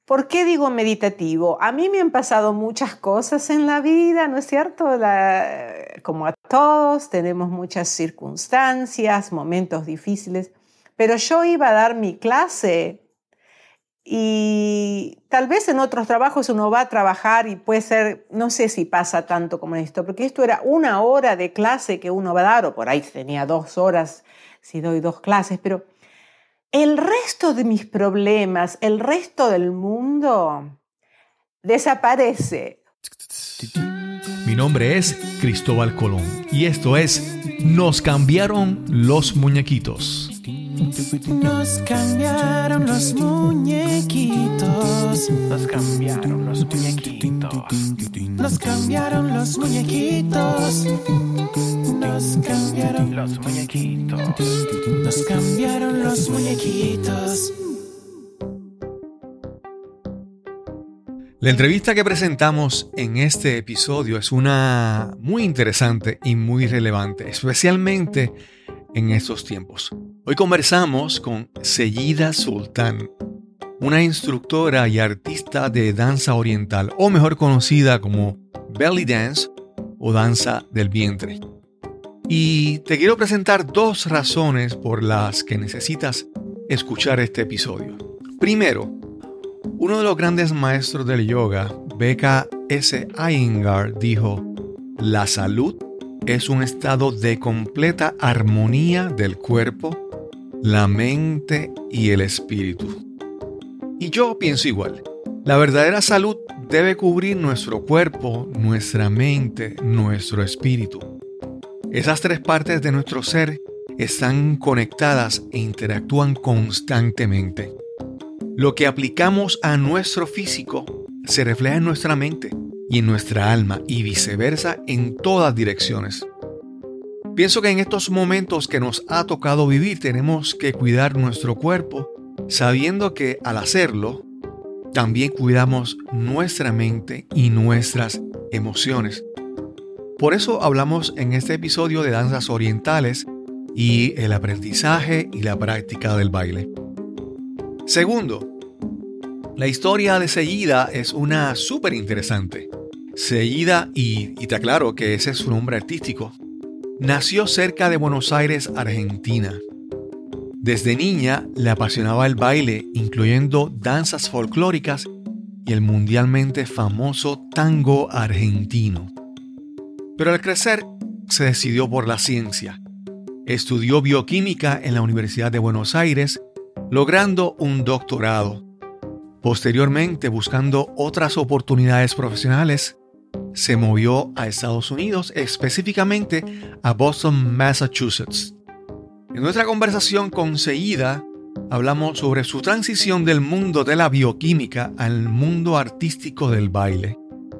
¿Por qué digo meditativo? A mí me han pasado muchas cosas en la vida, ¿no es cierto? Como a todos, tenemos muchas circunstancias, momentos difíciles, pero yo iba a dar mi clase y tal vez en otros trabajos uno va a trabajar y puede ser, no sé si pasa tanto como en esto, porque esto era 1 hora de clase que uno va a dar, o por ahí tenía 2 horas si doy 2 clases, pero el resto de mis problemas, el resto del mundo desaparece. Mi nombre es Cristóbal Colón y esto es Nos cambiaron los muñequitos. Nos cambiaron los muñequitos. Nos cambiaron los muñequitos. Nos cambiaron los muñequitos. Nos cambiaron Los muñequitos. Nos cambiaron los muñequitos. La entrevista que presentamos en este episodio es una muy interesante y muy relevante, especialmente en estos tiempos. Hoy conversamos con Seyida Sultan, una instructora y artista de danza oriental, o mejor conocida como belly dance o danza del vientre. Y te quiero presentar 2 razones por las que necesitas escuchar este episodio. Primero, uno de los grandes maestros del yoga, B.K.S. Iyengar, dijo: la salud es un estado de completa armonía del cuerpo, la mente y el espíritu. Y yo pienso igual. La verdadera salud debe cubrir nuestro cuerpo, nuestra mente, nuestro espíritu. Esas 3 partes de nuestro ser están conectadas e interactúan constantemente. Lo que aplicamos a nuestro físico se refleja en nuestra mente y en nuestra alma y viceversa en todas direcciones. Pienso que en estos momentos que nos ha tocado vivir tenemos que cuidar nuestro cuerpo, sabiendo que al hacerlo también cuidamos nuestra mente y nuestras emociones. Por eso hablamos en este episodio de danzas orientales y el aprendizaje y la práctica del baile. Segundo, la historia de Seyida es una súper interesante. Seyida, y te aclaro que ese es su nombre artístico, nació cerca de Buenos Aires, Argentina. Desde niña le apasionaba el baile, incluyendo danzas folclóricas y el mundialmente famoso tango argentino. Pero al crecer se decidió por la ciencia. Estudió bioquímica en la Universidad de Buenos Aires, logrando un doctorado. Posteriormente, buscando otras oportunidades profesionales, se movió a Estados Unidos, específicamente a Boston, Massachusetts. En nuestra conversación con Seyida, hablamos sobre su transición del mundo de la bioquímica al mundo artístico del baile.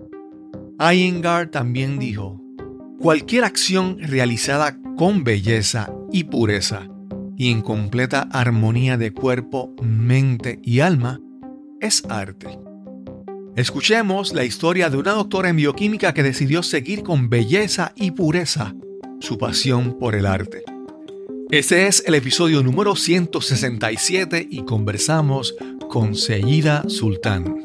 Iyengar también dijo: cualquier acción realizada con belleza y pureza y en completa armonía de cuerpo, mente y alma es arte. Escuchemos la historia de una doctora en bioquímica que decidió seguir con belleza y pureza su pasión por el arte. Este es el episodio número 167 y conversamos con Seyida Sultan.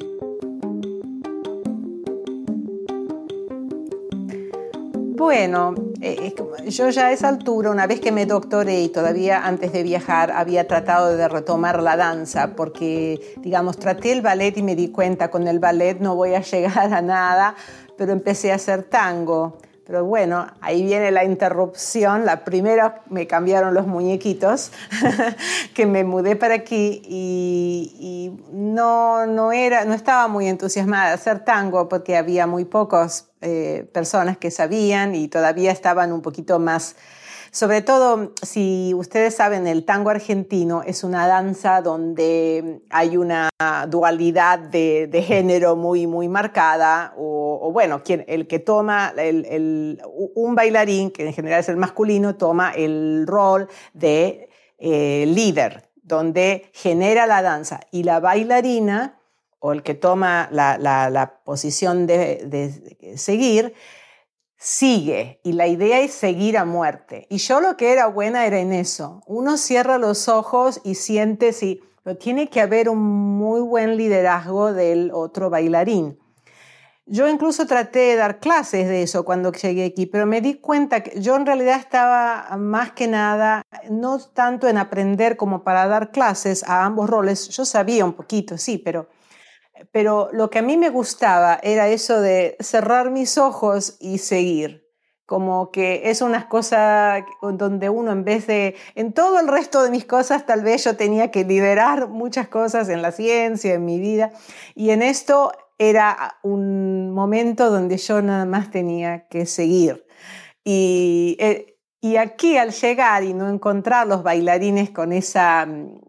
Bueno, yo ya a esa altura, una vez que me doctoré y todavía antes de viajar, había tratado de retomar la danza porque, digamos, traté el ballet y me di cuenta, con el ballet no voy a llegar a nada, pero empecé a hacer tango. Pero bueno, ahí viene la interrupción. La primera me cambiaron los muñequitos, que me mudé para aquí y no estaba muy entusiasmada de hacer tango porque había muy pocas personas que sabían y todavía estaban un poquito más. Sobre todo, si ustedes saben, el tango argentino es una danza donde hay una dualidad de género muy, muy marcada, o bueno, el que toma, un bailarín, que en general es el masculino, toma el rol de líder, donde genera la danza, y la bailarina, o el que toma la posición de seguir, sigue, y la idea es seguir a muerte. Y yo lo que era buena era en eso. Uno cierra los ojos y siente si pero tiene que haber un muy buen liderazgo del otro bailarín. Yo incluso traté de dar clases de eso cuando llegué aquí, pero me di cuenta que yo en realidad estaba más que nada, no tanto en aprender como para dar clases a ambos roles. Yo sabía un poquito, sí, pero lo que a mí me gustaba era eso de cerrar mis ojos y seguir. Como que es una cosa donde uno en vez de... En todo el resto de mis cosas tal vez yo tenía que liderar muchas cosas en la ciencia, en mi vida. Y en esto era un momento donde yo nada más tenía que seguir. Y aquí al llegar y no encontrar los bailarines con esa...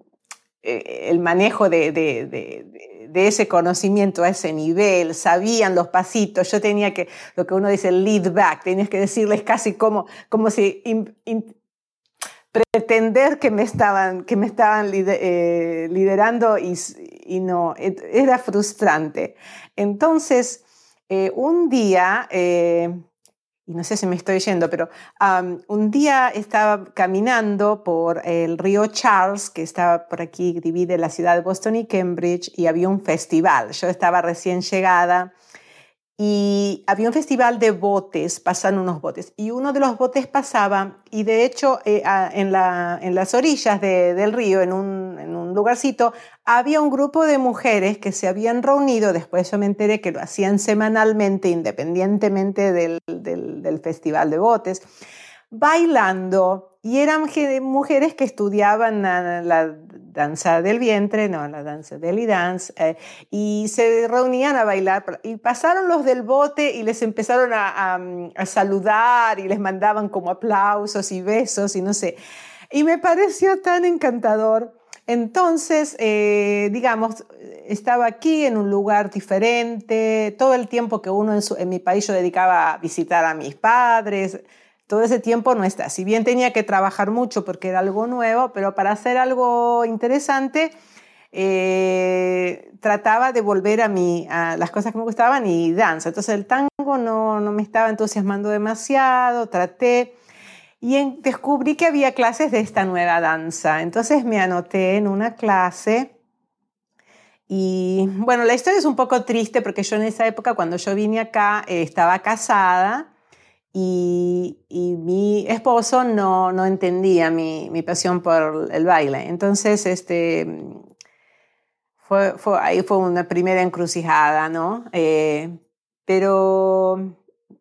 el manejo de ese conocimiento a ese nivel, sabían los pasitos, yo tenía que, lo que uno dice, lead back, tenías que decirles casi como si pretender que me estaban liderando y no, era frustrante. Entonces, un día... y no sé si me estoy yendo, pero un día estaba caminando por el río Charles, que estaba por aquí, divide la ciudad de Boston y Cambridge, y había un festival. Yo estaba recién llegada y había un festival de botes, pasan unos botes, y uno de los botes pasaba, y de hecho en las orillas del río, en un lugarcito, había un grupo de mujeres que se habían reunido, después yo me enteré que lo hacían semanalmente, independientemente del festival de botes, bailando, y eran mujeres que estudiaban la danza del vientre, no, la danza belly dance, y se reunían a bailar, y pasaron los del bote y les empezaron a saludar y les mandaban como aplausos y besos y no sé, y me pareció tan encantador. Entonces, digamos, estaba aquí en un lugar diferente, todo el tiempo que uno en mi país yo dedicaba a visitar a mis padres, todo ese tiempo no está. Si bien tenía que trabajar mucho porque era algo nuevo, pero para hacer algo interesante, trataba de volver a las cosas que me gustaban y danza. Entonces el tango no me estaba entusiasmando demasiado, traté y descubrí que había clases de esta nueva danza. Entonces me anoté en una clase y bueno, la historia es un poco triste porque yo en esa época, cuando yo vine acá, estaba casada. Y mi esposo no entendía mi pasión por el baile. Entonces, ahí fue una primera encrucijada, ¿no? Pero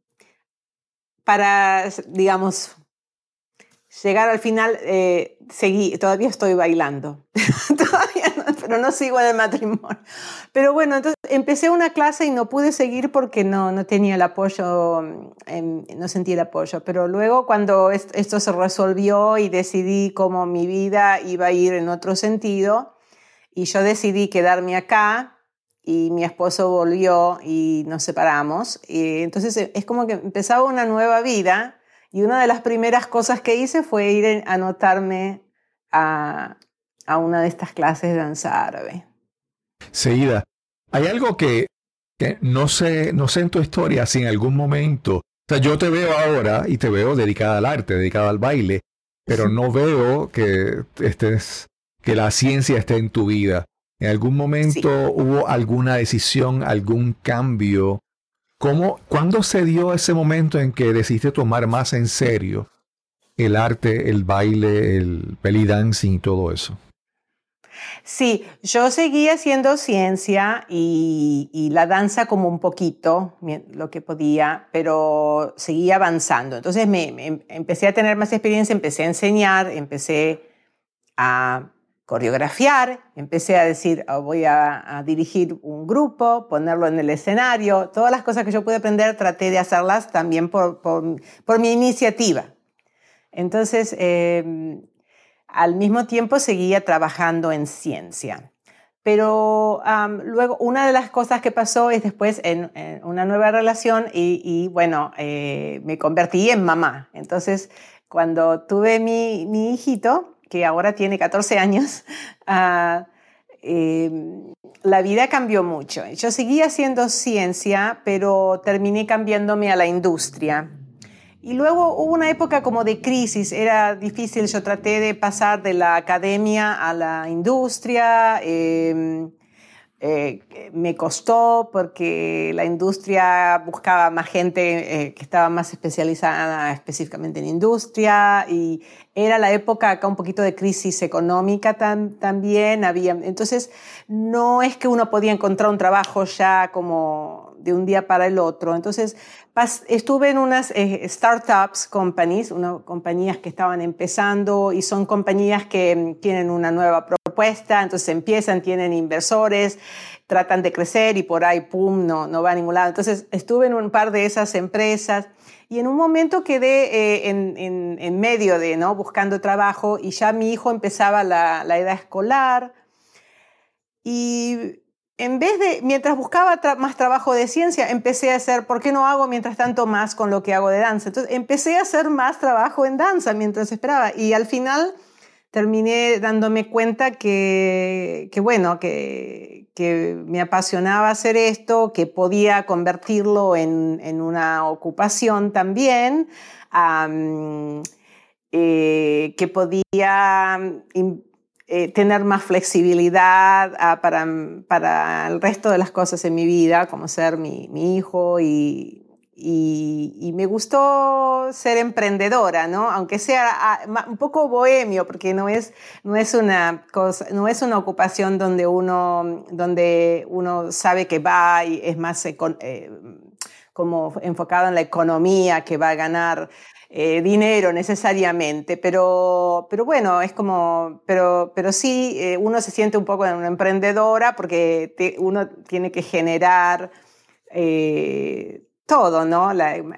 para, digamos, llegar al final, todavía estoy bailando. Todavía no, pero no sigo en el matrimonio. Pero bueno, entonces empecé una clase y no pude seguir porque no tenía el apoyo, no sentí el apoyo. Pero luego cuando esto se resolvió y decidí cómo mi vida iba a ir en otro sentido, y yo decidí quedarme acá, y mi esposo volvió y nos separamos. Y entonces es como que empezaba una nueva vida. Y una de las primeras cosas que hice fue ir a anotarme a una de estas clases de danza árabe. Seida, hay algo que no sé en tu historia si en algún momento, o sea, yo te veo ahora y te veo dedicada al arte, dedicada al baile, pero no veo que la ciencia esté en tu vida. ¿En algún momento hubo alguna decisión, algún cambio? ¿Cuándo se dio ese momento en que decidiste tomar más en serio el arte, el baile, el belly dancing y todo eso? Sí, yo seguí haciendo ciencia y la danza como un poquito, lo que podía, pero seguía avanzando. Entonces empecé a tener más experiencia, empecé a enseñar, empecé a coreografiar, empecé a decir, voy a dirigir un grupo, ponerlo en el escenario. Todas las cosas que yo pude aprender traté de hacerlas también por mi iniciativa. Entonces, al mismo tiempo seguía trabajando en ciencia. Pero luego una de las cosas que pasó es después en una nueva relación y bueno, me convertí en mamá. Entonces, cuando tuve mi hijito, que ahora tiene 14 años, la vida cambió mucho. Yo seguí haciendo ciencia, pero terminé cambiándome a la industria. Y luego hubo una época como de crisis, era difícil, yo traté de pasar de la academia a la industria, me costó porque la industria buscaba más gente que estaba más especializada específicamente en industria y era la época acá un poquito de crisis económica también. Entonces, no es que uno podía encontrar un trabajo ya como de un día para el otro. Entonces, estuve en unas startups companies, compañías que estaban empezando y son compañías que tienen una nueva propuesta, entonces empiezan, tienen inversores, tratan de crecer y por ahí, pum, no va a ningún lado. Entonces estuve en un par de esas empresas y en un momento quedé en medio de, ¿no?, buscando trabajo y ya mi hijo empezaba la edad escolar y en vez de, mientras buscaba más trabajo de ciencia, empecé a hacer, ¿por qué no hago mientras tanto más con lo que hago de danza? Entonces empecé a hacer más trabajo en danza mientras esperaba y al final terminé dándome cuenta que me apasionaba hacer esto, que podía convertirlo en una ocupación también, que podía tener más flexibilidad para el resto de las cosas en mi vida, como ser mi hijo y me gustó ser emprendedora, ¿no? Aunque sea un poco bohemio, porque no es una ocupación donde uno sabe que va y es más como enfocado en la economía, que va a ganar dinero necesariamente, pero bueno, es como, pero sí, uno se siente un poco una emprendedora porque uno tiene que generar todo, ¿no?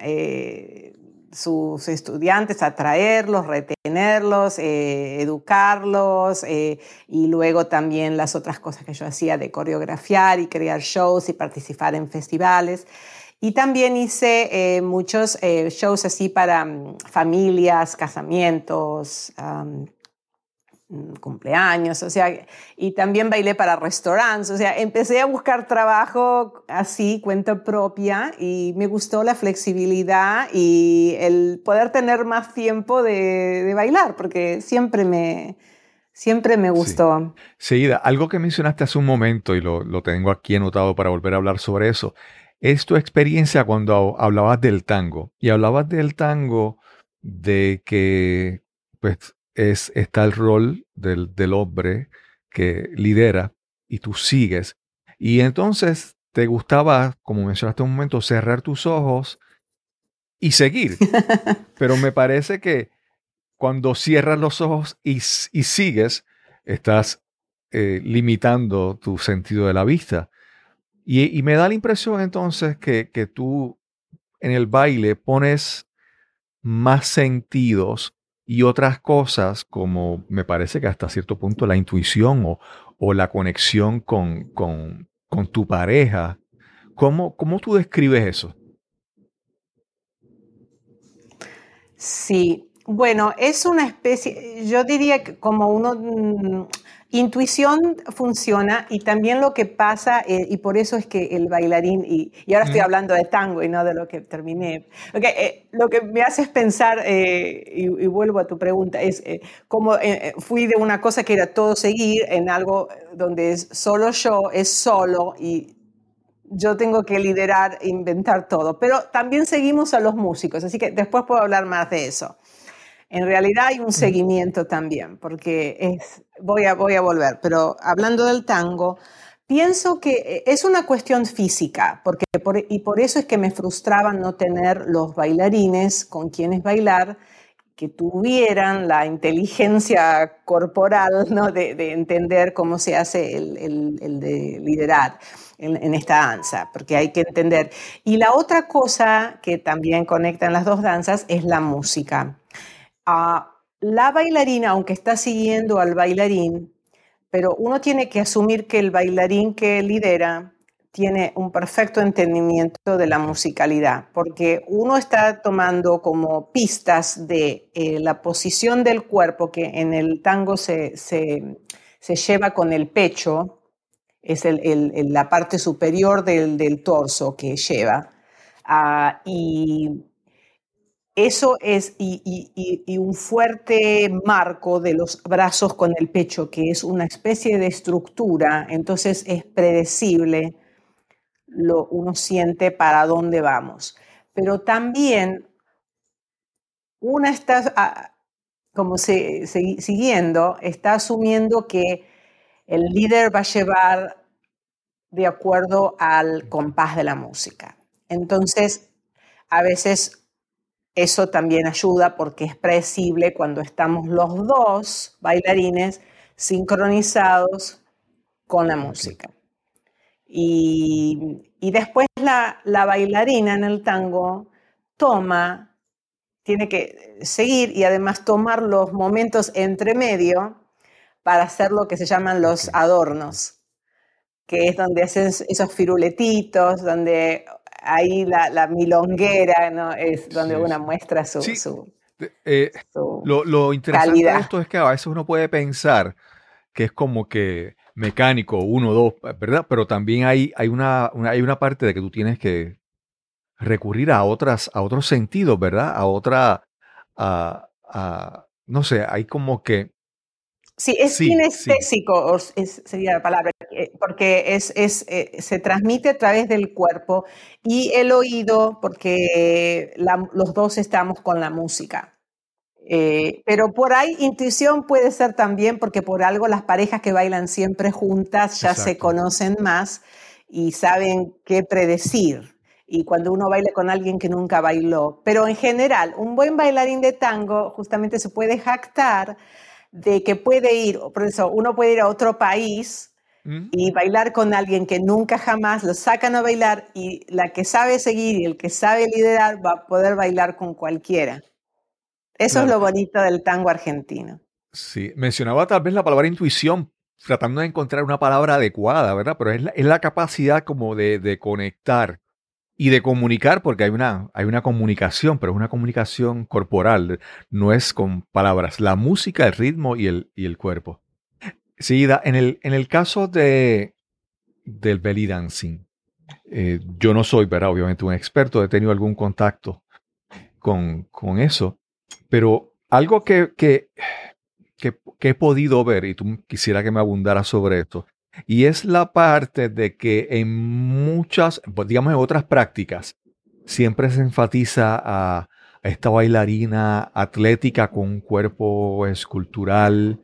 Sus estudiantes, atraerlos, retenerlos, educarlos y luego también las otras cosas que yo hacía de coreografiar y crear shows y participar en festivales. Y también hice muchos shows así para familias, casamientos, cumpleaños, o sea, y también bailé para restaurantes, o sea, empecé a buscar trabajo así, cuenta propia, y me gustó la flexibilidad y el poder tener más tiempo de bailar, porque siempre me gustó. Sí, Ida, algo que mencionaste hace un momento y lo tengo aquí anotado para volver a hablar sobre eso, es tu experiencia cuando hablabas del tango. Y hablabas del tango de que pues está el rol del hombre que lidera y tú sigues. Y entonces te gustaba, como mencionaste un momento, cerrar tus ojos y seguir. Pero me parece que cuando cierras los ojos y sigues, estás limitando tu sentido de la vista. Y me da la impresión entonces que tú en el baile pones más sentidos y otras cosas como me parece que hasta cierto punto la intuición o la conexión con tu pareja. ¿Cómo tú describes eso? Sí, bueno, es una especie, yo diría que como intuición funciona y también lo que pasa, y por eso es que el bailarín, y ahora estoy hablando de tango y no de lo que terminé, lo que me hace pensar, y vuelvo a tu pregunta, es cómo fui de una cosa que era todo seguir en algo donde es solo yo, es solo y yo tengo que liderar e inventar todo, pero también seguimos a los músicos, así que después puedo hablar más de eso. En realidad hay un seguimiento también, porque voy a volver, pero hablando del tango, pienso que es una cuestión física, y por eso es que me frustraba no tener los bailarines con quienes bailar, que tuvieran la inteligencia corporal, ¿no?, de entender cómo se hace el de liderar en esta danza, porque hay que entender. Y la otra cosa que también conectan las dos danzas es la música. La bailarina, aunque está siguiendo al bailarín, pero uno tiene que asumir que el bailarín que lidera tiene un perfecto entendimiento de la musicalidad, porque uno está tomando como pistas de la posición del cuerpo, que en el tango se lleva con el pecho, es la parte superior del torso que lleva, y Eso es, y un fuerte marco de los brazos con el pecho, que es una especie de estructura, entonces es predecible, uno siente para dónde vamos. Pero también una está, como siguiendo, está asumiendo que el líder va a llevar de acuerdo al compás de la música. Entonces, a veces eso también ayuda porque es predecible cuando estamos los dos bailarines sincronizados con la música. Y después la bailarina en el tango tiene que seguir y además tomar los momentos entre medio para hacer lo que se llaman los adornos, que es donde hacen esos firuletitos, donde ahí la milonguera, ¿no? Es donde uno muestra su lo interesante calidad. de esto es que a veces uno puede pensar que es como que mecánico, 1, 2, ¿verdad? Pero también hay una parte de que tú tienes que recurrir a otros sentidos, ¿verdad? No sé, hay como que... Sí, es kinestésico, sería la palabra, porque se transmite a través del cuerpo y el oído, porque los dos estamos con la música. Pero por ahí intuición puede ser también, porque por algo las parejas que bailan siempre juntas ya se conocen más y saben qué predecir. Y cuando uno baila con alguien que nunca bailó. Pero en general, un buen bailarín de tango justamente se puede jactar de que puede ir, por eso uno puede ir a otro país y bailar con alguien que nunca jamás lo sacan a bailar, y la que sabe seguir y el que sabe liderar va a poder bailar con cualquiera. Eso es lo bonito del tango argentino. Sí, mencionaba tal vez la palabra intuición, tratando de encontrar una palabra adecuada, ¿verdad? Pero es la capacidad como de conectar y de comunicar, porque hay una comunicación, pero es una comunicación corporal, no es con palabras. La música, el ritmo y el cuerpo. Sí, en el caso del belly dancing, yo no soy, ¿verdad? Obviamente un experto, he tenido algún contacto con eso, pero algo que he podido ver, y tú quisiera que me abundara sobre esto, y es la parte de que en muchas, digamos en otras prácticas, siempre se enfatiza a esta bailarina atlética con un cuerpo escultural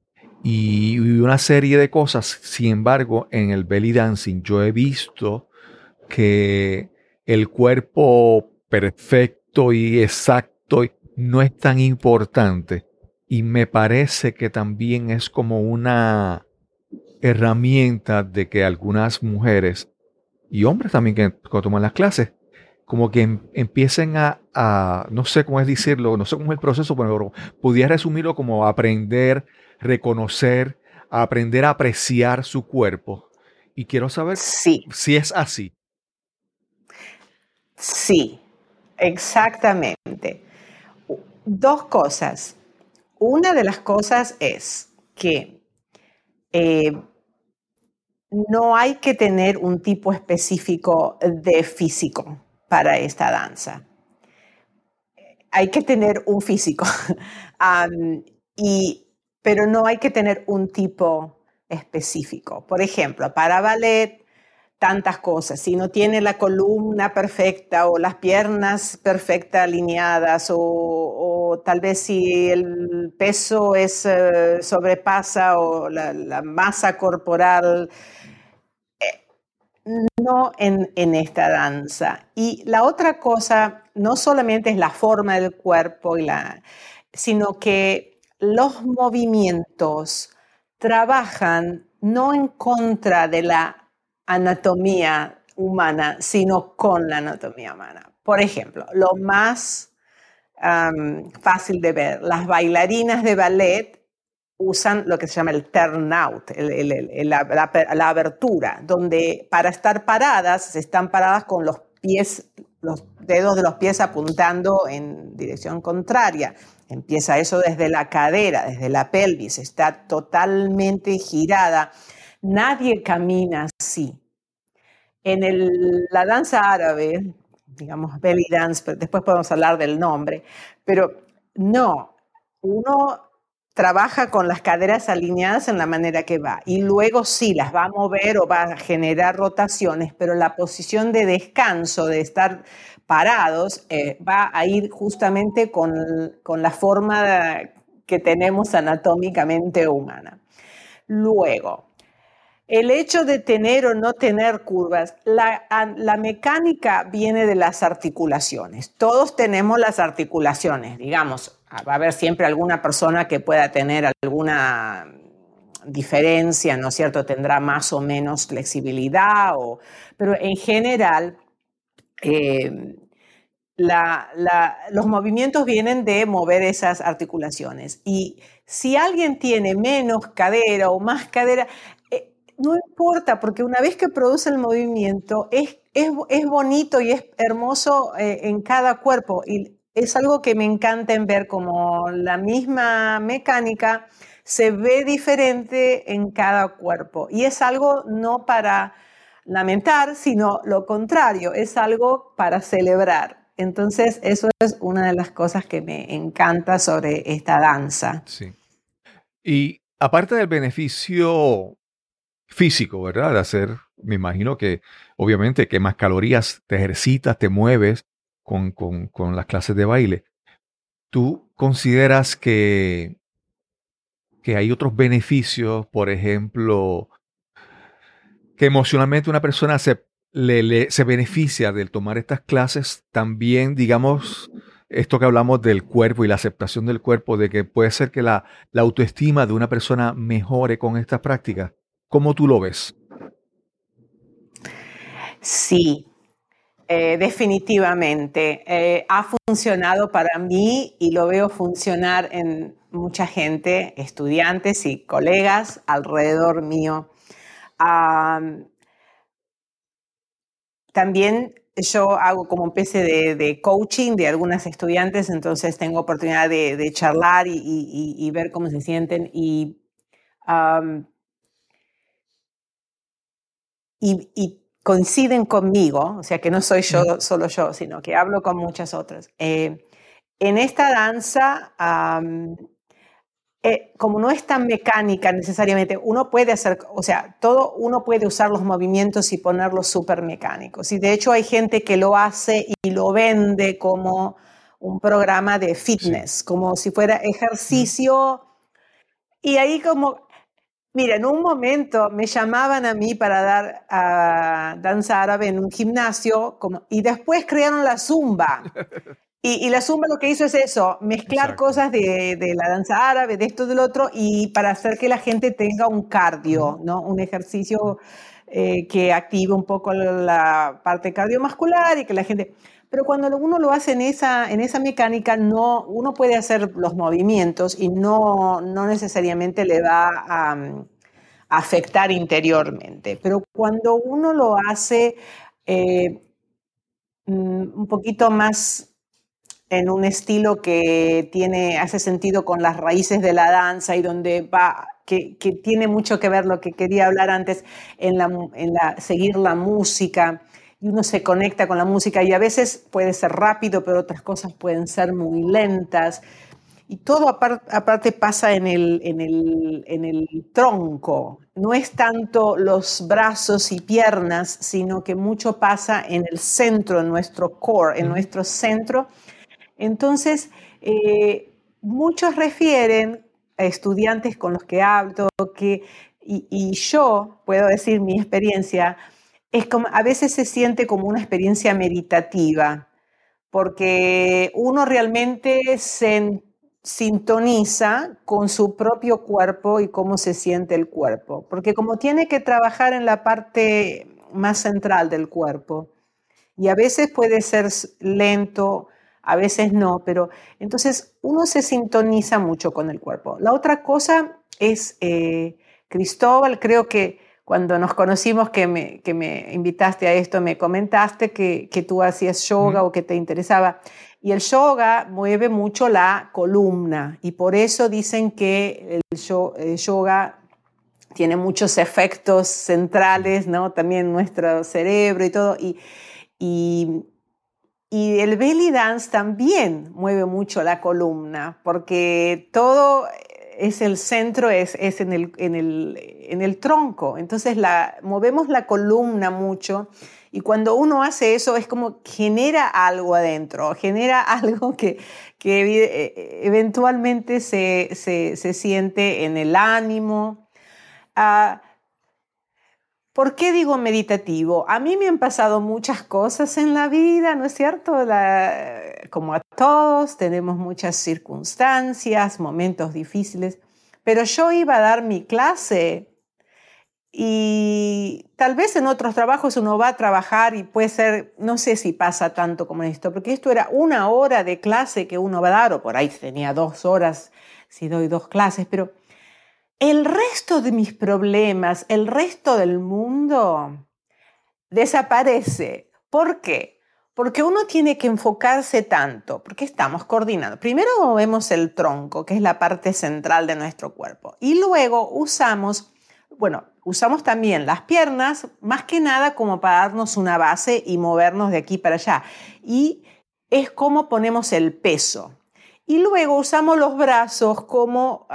y una serie de cosas. Sin embargo, en el belly dancing yo he visto que el cuerpo perfecto y exacto no es tan importante. Y me parece que también es como una herramienta de que algunas mujeres y hombres también que toman las clases, como que empiecen no sé cómo es decirlo, no sé cómo es el proceso, pero pudiera resumirlo como aprender, reconocer, aprender a apreciar su cuerpo. Y quiero saber si es así. Sí, exactamente. Dos cosas. Una de las cosas es que no hay que tener un tipo específico de físico para esta danza. Hay que tener un físico, pero no hay que tener un tipo específico. Por ejemplo, para ballet, tantas cosas. Si no tiene la columna perfecta o las piernas perfectas alineadas, o tal vez si el peso sobrepasa o la masa corporal, no en esta danza. Y la otra cosa no solamente es la forma del cuerpo, sino que los movimientos trabajan no en contra de la anatomía humana, sino con la anatomía humana. Por ejemplo, lo más fácil de ver, las bailarinas de ballet usan lo que se llama el turnout, la abertura, donde para estar paradas, están paradas con los dedos de los pies apuntando en dirección contraria. Empieza eso desde la cadera, desde la pelvis, está totalmente girada. Nadie camina así. En la danza árabe, digamos, belly dance, pero después podemos hablar del nombre. Pero no, uno trabaja con las caderas alineadas en la manera que va y luego sí las va a mover o va a generar rotaciones, pero la posición de descanso, de estar parados, va a ir justamente con la forma que tenemos anatómicamente humana. Luego, el hecho de tener o no tener curvas, la mecánica viene de las articulaciones. Todos tenemos las articulaciones, digamos. Va a haber siempre alguna persona que pueda tener alguna diferencia, ¿no es cierto? Tendrá más o menos flexibilidad, pero en general los movimientos vienen de mover esas articulaciones. Y si alguien tiene menos cadera o más cadera, no importa, porque una vez que produce el movimiento, es bonito y es hermoso en cada cuerpo. Y es algo que me encanta en ver, como la misma mecánica se ve diferente en cada cuerpo. Y es algo no para lamentar, sino lo contrario, es algo para celebrar. Entonces, eso es una de las cosas que me encanta sobre esta danza. Sí. Y aparte del beneficio físico, ¿verdad? De hacer, me imagino que obviamente quemas calorías, te ejercitas, te mueves con las clases de baile. ¿Tú consideras que hay otros beneficios, por ejemplo, que emocionalmente una persona se beneficia del tomar estas clases? También, digamos, esto que hablamos del cuerpo y la aceptación del cuerpo, de que puede ser que la autoestima de una persona mejore con estas prácticas. ¿Cómo tú lo ves? Sí, definitivamente. Ha funcionado para mí y lo veo funcionar en mucha gente, estudiantes y colegas alrededor mío. También yo hago como una especie de coaching de algunas estudiantes, entonces tengo oportunidad de charlar y ver cómo se sienten y coinciden conmigo, o sea que no soy yo, solo yo, sino que hablo con muchas otras. En esta danza, como no es tan mecánica necesariamente, uno puede hacer, o sea, uno puede usar los movimientos y ponerlos súper mecánicos. Y de hecho hay gente que lo hace y lo vende como un programa de fitness, como si fuera ejercicio. Y ahí como, mira, en un momento me llamaban a mí para dar danza árabe en un gimnasio y después crearon la Zumba. Y la Zumba lo que hizo es eso, mezclar Exacto. cosas de la danza árabe, de esto, del otro, y para hacer que la gente tenga un cardio, ¿no? Un ejercicio que active un poco la parte cardiovascular y que la gente... Pero cuando uno lo hace en esa mecánica, uno puede hacer los movimientos y no necesariamente le va a afectar interiormente. Pero cuando uno lo hace un poquito más en un estilo que hace sentido con las raíces de la danza y donde que tiene mucho que ver lo que quería hablar antes en seguir la música, y uno se conecta con la música y a veces puede ser rápido, pero otras cosas pueden ser muy lentas. Y todo aparte pasa en el tronco. No es tanto los brazos y piernas, sino que mucho pasa en el centro, en nuestro core, en nuestro centro. Entonces, muchos refieren a estudiantes con los que hablo, y yo puedo decir mi experiencia, es como, a veces se siente como una experiencia meditativa, porque uno realmente se sintoniza con su propio cuerpo y cómo se siente el cuerpo, porque como tiene que trabajar en la parte más central del cuerpo, y a veces puede ser lento, a veces no, pero entonces uno se sintoniza mucho con el cuerpo. La otra cosa es, Cristóbal, creo que cuando nos conocimos, que me invitaste a esto, me comentaste que tú hacías yoga o que te interesaba. Y el yoga mueve mucho la columna y por eso dicen que el yoga tiene muchos efectos centrales, ¿no? También nuestro cerebro y todo. Y Y el belly dance también mueve mucho la columna, porque todo es el centro, es en el tronco. Entonces movemos la columna mucho, y cuando uno hace eso es como genera algo adentro, genera algo que eventualmente se siente en el ánimo. ¿Por qué digo meditativo? A mí me han pasado muchas cosas en la vida, ¿no es cierto? Como a todos, tenemos muchas circunstancias, momentos difíciles, pero yo iba a dar mi clase y tal vez en otros trabajos uno va a trabajar y puede ser, no sé si pasa tanto como en esto, porque esto era 1 hora de clase que uno va a dar, o por ahí tenía 2 horas si doy 2 clases, pero el resto de mis problemas, el resto del mundo desaparece. ¿Por qué? Porque uno tiene que enfocarse tanto, porque estamos coordinando. Primero movemos el tronco, que es la parte central de nuestro cuerpo, y luego usamos también las piernas, más que nada como para darnos una base y movernos de aquí para allá. Y es como ponemos el peso. Y luego usamos los brazos como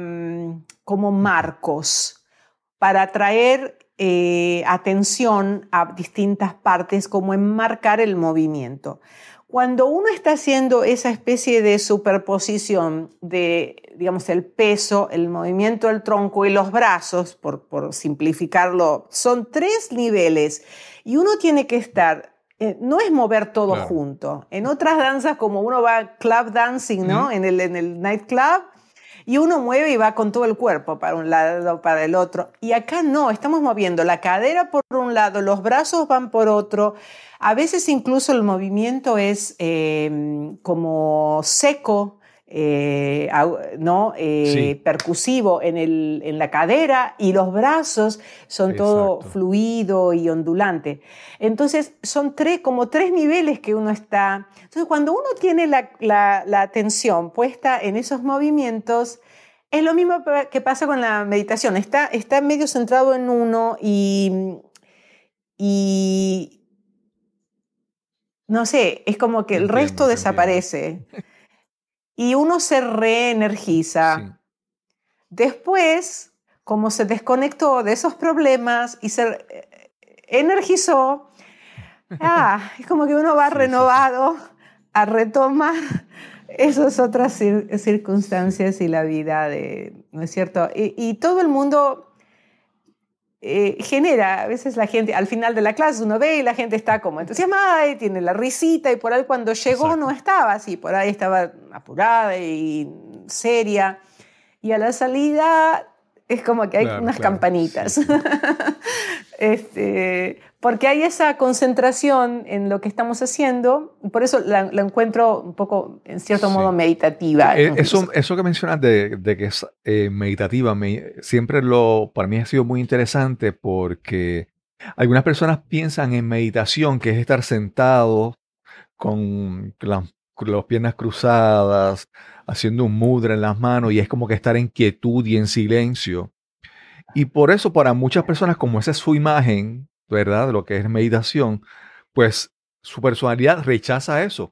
marcos para atraer atención a distintas partes, como enmarcar el movimiento. Cuando uno está haciendo esa especie de superposición de, digamos, el peso, el movimiento del tronco y los brazos, por simplificarlo, son 3 niveles y uno tiene que estar, no es mover todo junto. En otras danzas, como uno va a club dancing, ¿no? En el nightclub, y uno mueve y va con todo el cuerpo para un lado, para el otro. Y acá no, estamos moviendo la cadera por un lado, los brazos van por otro. A veces incluso el movimiento es como seco, ¿no? Percusivo en la cadera, y los brazos son todo fluido y ondulante. Entonces son como 3 niveles que uno está. Entonces cuando uno tiene la atención puesta en esos movimientos, es lo mismo que pasa con la meditación. Está medio centrado en uno y no sé, es como que el resto desaparece. Y uno se reenergiza. Sí. Después, como se desconectó de esos problemas y se energizó, es como que uno va renovado a retomar esas otras circunstancias y la vida, ¿no es cierto? Y todo el mundo genera, a veces la gente, al final de la clase uno ve y la gente está como entusiasmada y tiene la risita, y por ahí cuando llegó no estaba así, por ahí estaba apurada y seria, y a la salida es como que hay unas campanitas. Sí. Porque hay esa concentración en lo que estamos haciendo, y por eso la encuentro un poco, en cierto modo, meditativa. Eso que mencionas de que es meditativa, siempre para mí ha sido muy interesante, porque algunas personas piensan en meditación, que es estar sentado con las piernas cruzadas, haciendo un mudra en las manos, y es como que estar en quietud y en silencio. Y por eso, para muchas personas, como esa es su imagen, ¿verdad?, de lo que es meditación, pues su personalidad rechaza eso.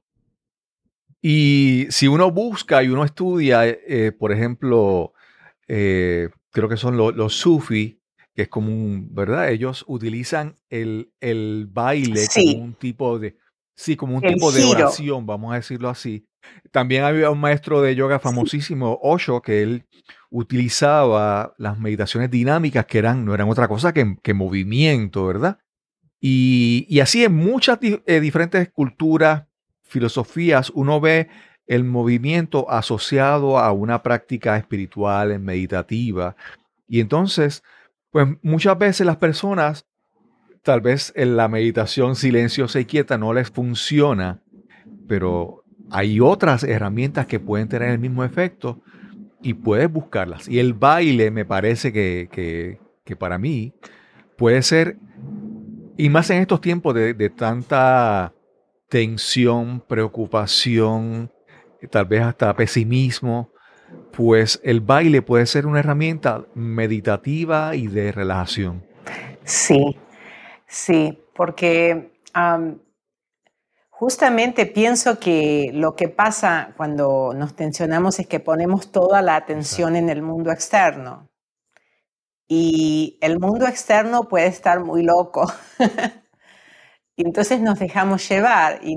Y si uno busca y uno estudia, por ejemplo, creo que son los sufí, que es como ¿verdad? Ellos utilizan el baile como un tipo de, como un tipo de oración, vamos a decirlo así. También había un maestro de yoga famosísimo, Osho, que él utilizaba las meditaciones dinámicas, que no eran otra cosa que movimiento, ¿verdad? Y así en muchas diferentes culturas, filosofías, uno ve el movimiento asociado a una práctica espiritual, meditativa. Y entonces, pues muchas veces las personas, tal vez en la meditación silenciosa y quieta no les funciona, pero hay otras herramientas que pueden tener el mismo efecto y puedes buscarlas. Y el baile me parece que para mí puede ser, y más en estos tiempos de tanta tensión, preocupación, tal vez hasta pesimismo, pues el baile puede ser una herramienta meditativa y de relajación. Sí, porque justamente pienso que lo que pasa cuando nos tensionamos es que ponemos toda la atención en el mundo externo. Y el mundo externo puede estar muy loco. Y entonces nos dejamos llevar y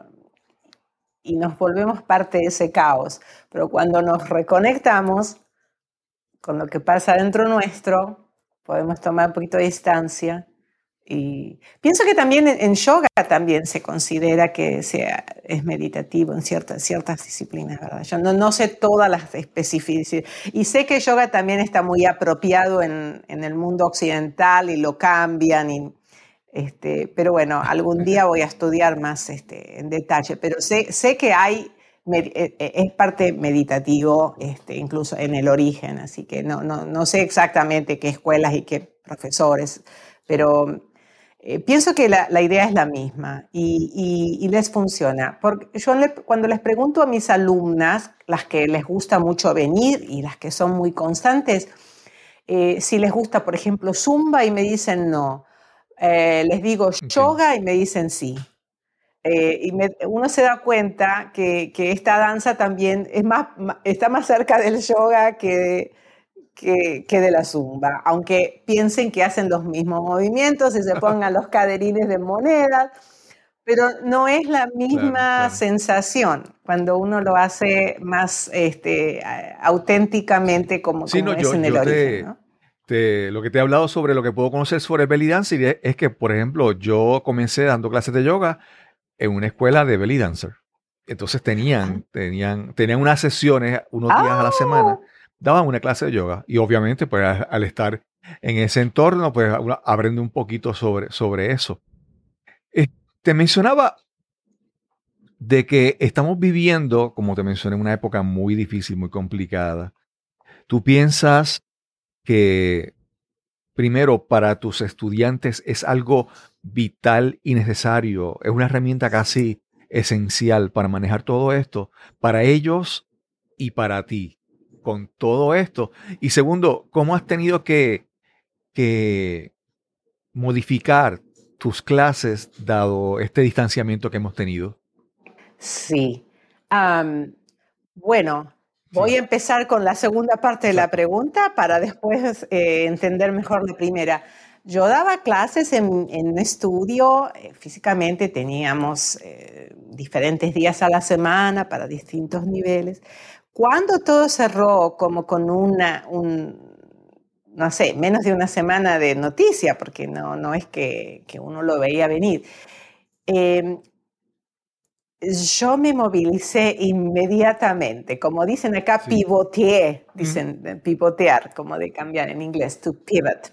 nos volvemos parte de ese caos. Pero cuando nos reconectamos con lo que pasa dentro nuestro, podemos tomar un poquito de distancia. Y pienso que también en yoga también se considera que es meditativo en ciertas disciplinas, ¿verdad? Yo no sé todas las especificidades. Y sé que yoga también está muy apropiado en el mundo occidental y lo cambian. Pero bueno, algún día voy a estudiar más en detalle. Pero sé que es parte meditativo, incluso en el origen. Así que no sé exactamente qué escuelas y qué profesores, pero pienso que la idea es la misma y les funciona. Porque cuando les pregunto a mis alumnas, las que les gusta mucho venir y las que son muy constantes, si les gusta, por ejemplo, Zumba y me dicen no. Les digo yoga y me dicen sí. Uno se da cuenta que esta danza también está más cerca del yoga que de la Zumba, aunque piensen que hacen los mismos movimientos y se pongan los caderines de monedas, pero no es la misma sensación cuando uno lo hace más auténticamente como es en el origen, ¿no? Lo que te he hablado sobre lo que puedo conocer sobre belly dancing es que, por ejemplo, yo comencé dando clases de yoga en una escuela de belly dancer. Entonces tenían unas sesiones, unos días a la semana, daban una clase de yoga. Y obviamente, pues al estar en ese entorno, pues uno aprende un poquito sobre eso. Te mencionaba de que estamos viviendo, como te mencioné, una época muy difícil, muy complicada. ¿Tú piensas que primero para tus estudiantes es algo vital y necesario, es una herramienta casi esencial para manejar todo esto, para ellos y para ti, con todo esto? Y segundo, ¿cómo has tenido que modificar tus clases dado este distanciamiento que hemos tenido? Sí. Bueno, voy a empezar con la segunda parte de la pregunta para después entender mejor la primera. Yo daba clases en un estudio, físicamente teníamos diferentes días a la semana para distintos niveles. Cuando todo cerró, como con no sé, menos de una semana de noticia, porque no es que uno lo veía venir, yo me movilicé inmediatamente, como dicen acá, pivoteé, dicen pivotear, como de cambiar en inglés, to pivot.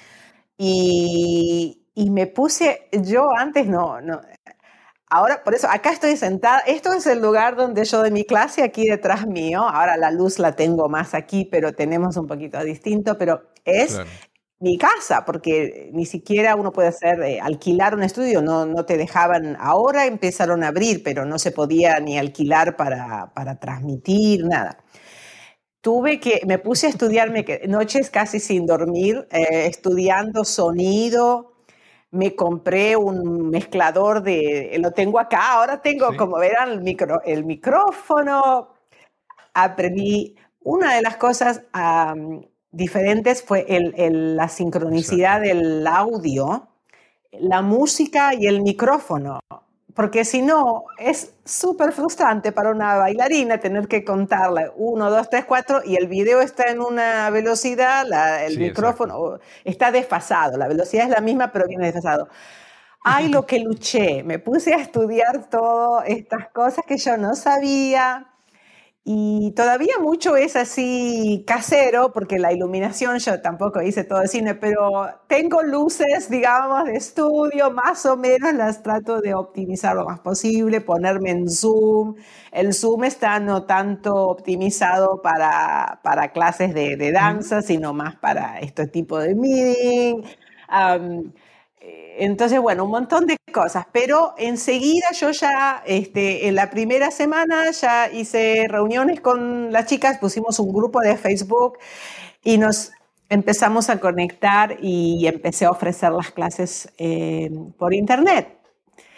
Y me puse, yo antes no, ahora por eso acá estoy sentada, esto es el lugar donde yo doy mi clase, aquí detrás mío, ahora la luz la tengo más aquí, pero tenemos un poquito distinto, pero es mi casa, porque ni siquiera uno puede alquilar un estudio, no te dejaban, ahora empezaron a abrir, pero no se podía ni alquilar para transmitir, nada. Me puse a estudiar noches casi sin dormir, estudiando sonido. Me compré un mezclador lo tengo acá, ahora tengo, como verán, el micrófono. Aprendí, una de las cosas diferentes fue la sincronicidad del audio, la música y el micrófono. Porque si no, es súper frustrante para una bailarina tener que contarle 1, 2, 3, 4 y el video está en una velocidad, el micrófono está desfasado. La velocidad es la misma, pero viene desfasado. Ay, lo que luché. Me puse a estudiar todas estas cosas que yo no sabía. Y todavía mucho es así casero, porque la iluminación, yo tampoco hice todo el cine, pero tengo luces, digamos, de estudio, más o menos las trato de optimizar lo más posible, ponerme en Zoom. El Zoom está no tanto optimizado para clases de danza, sino más para este tipo de meeting. Entonces, bueno, un montón de cosas, pero enseguida yo ya, en la primera semana ya hice reuniones con las chicas, pusimos un grupo de Facebook y nos empezamos a conectar y empecé a ofrecer las clases por internet.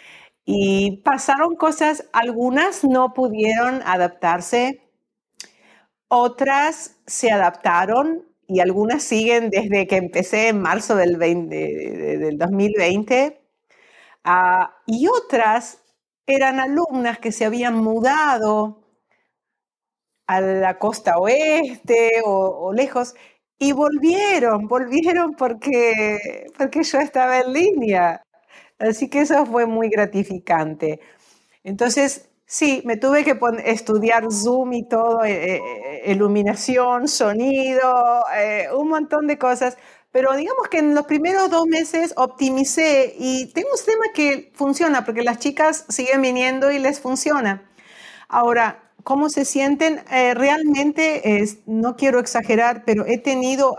Y pasaron cosas, algunas no pudieron adaptarse, otras se adaptaron y algunas siguen desde que empecé en marzo del 2020. Y otras eran alumnas que se habían mudado a la costa oeste o lejos y volvieron porque yo estaba en línea. Así que eso fue muy gratificante. Entonces, sí, me tuve que estudiar Zoom y todo, iluminación, sonido, un montón de cosas. Pero digamos que en los primeros 2 meses optimicé y tengo un sistema que funciona porque las chicas siguen viniendo y les funciona. Ahora, ¿cómo se sienten? Realmente, no quiero exagerar, pero he tenido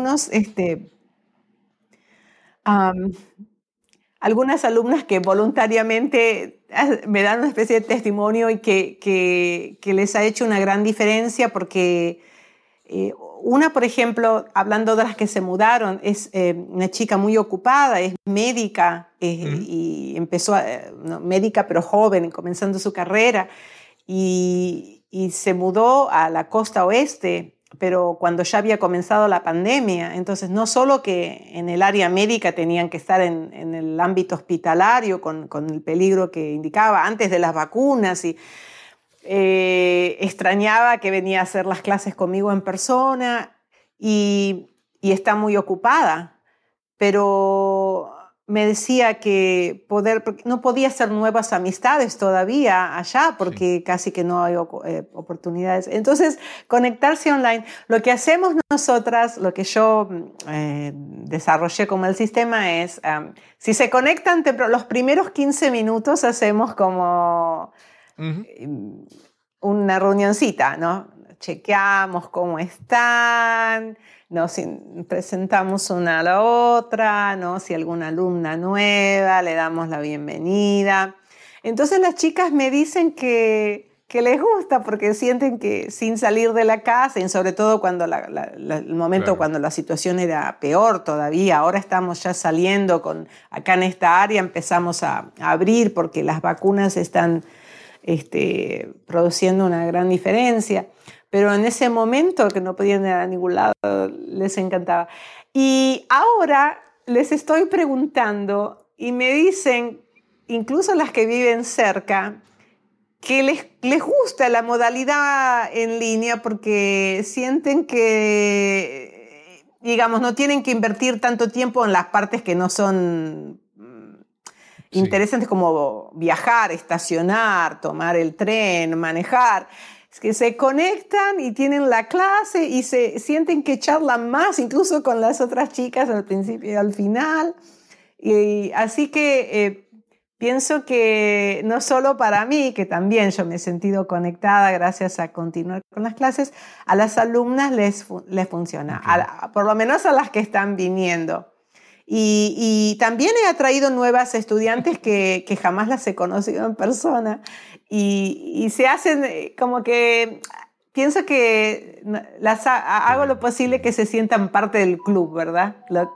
algunas alumnas que voluntariamente me dan una especie de testimonio y que les ha hecho una gran diferencia porque una, por ejemplo, hablando de las que se mudaron, es una chica muy ocupada, es médica y empezó, médica pero joven, comenzando su carrera y se mudó a la costa oeste, pero cuando ya había comenzado la pandemia. Entonces, no solo que en el área médica tenían que estar en el ámbito hospitalario con el peligro que indicaba antes de las vacunas y extrañaba que venía a hacer las clases conmigo en persona y está muy ocupada, pero me decía que no podía hacer nuevas amistades todavía allá porque casi que no hay oportunidades. Entonces, conectarse online. Lo que hacemos nosotras, lo que yo desarrollé como el sistema es, si se conectan los primeros 15 minutos hacemos como una reunioncita, ¿no? Chequeamos cómo están, nos presentamos una a la otra, ¿no? Si alguna alumna nueva, le damos la bienvenida. Entonces las chicas me dicen que les gusta porque sienten que sin salir de la casa, y sobre todo cuando el momento cuando la situación era peor todavía, ahora estamos ya saliendo acá en esta área, empezamos a abrir porque las vacunas están produciendo una gran diferencia. Pero en ese momento que no podían ir a ningún lado, les encantaba. Y ahora les estoy preguntando y me dicen, incluso las que viven cerca, que les gusta la modalidad en línea porque sienten que, digamos, no tienen que invertir tanto tiempo en las partes que no son interesantes como viajar, estacionar, tomar el tren, manejar. Es que se conectan y tienen la clase y se sienten que charlan más, incluso con las otras chicas al principio y al final. Y así que pienso que no solo para mí, que también yo me he sentido conectada gracias a continuar con las clases, a las alumnas les funciona, por lo menos a las que están viniendo. Y también he atraído nuevas estudiantes que jamás las he conocido en persona y se hacen como que pienso que hago lo posible que se sientan parte del club, ¿verdad?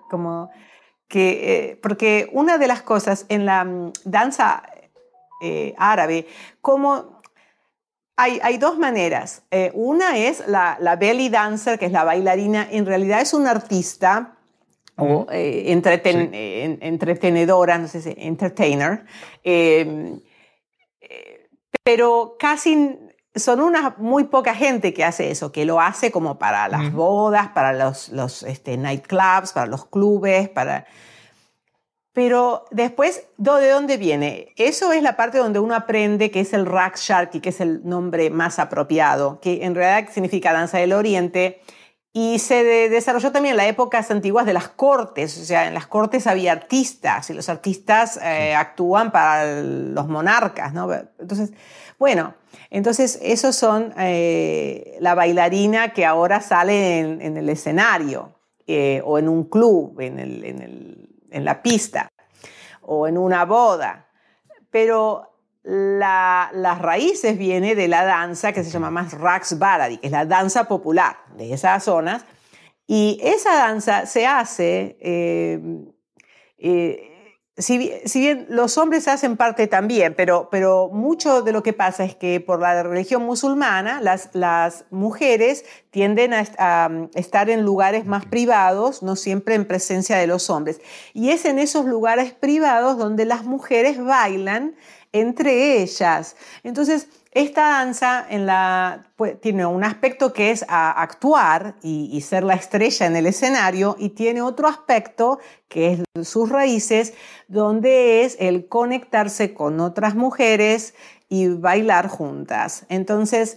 Porque una de las cosas en la danza árabe, como hay 2 maneras. Una es la belly dancer, que es la bailarina, en realidad es un artista o entretenedora, no sé si entertainer, pero casi son muy poca gente que hace eso, que lo hace como para las bodas, para los nightclubs, para los clubes, pero después, ¿de dónde viene? Eso es la parte donde uno aprende que es el Raqs Sharqi, que es el nombre más apropiado, que en realidad significa danza del oriente. Y se desarrolló también en las épocas antiguas de las cortes. O sea, en las cortes había artistas y los artistas actúan para los monarcas, ¿no? Entonces esos son la bailarina que ahora sale en el escenario o en un club, en la pista o en una boda. Pero las raíces viene de la danza que se llama más Raqs Baladi, que es la danza popular de esas zonas. Y esa danza se hace si bien los hombres hacen parte también, pero mucho de lo que pasa es que por la religión musulmana las mujeres tienden a estar en lugares más privados, no siempre en presencia de los hombres. Y es en esos lugares privados donde las mujeres bailan entre ellas. Entonces, esta danza pues, tiene un aspecto que es actuar y ser la estrella en el escenario, y tiene otro aspecto que es sus raíces, donde es el conectarse con otras mujeres y bailar juntas. Entonces,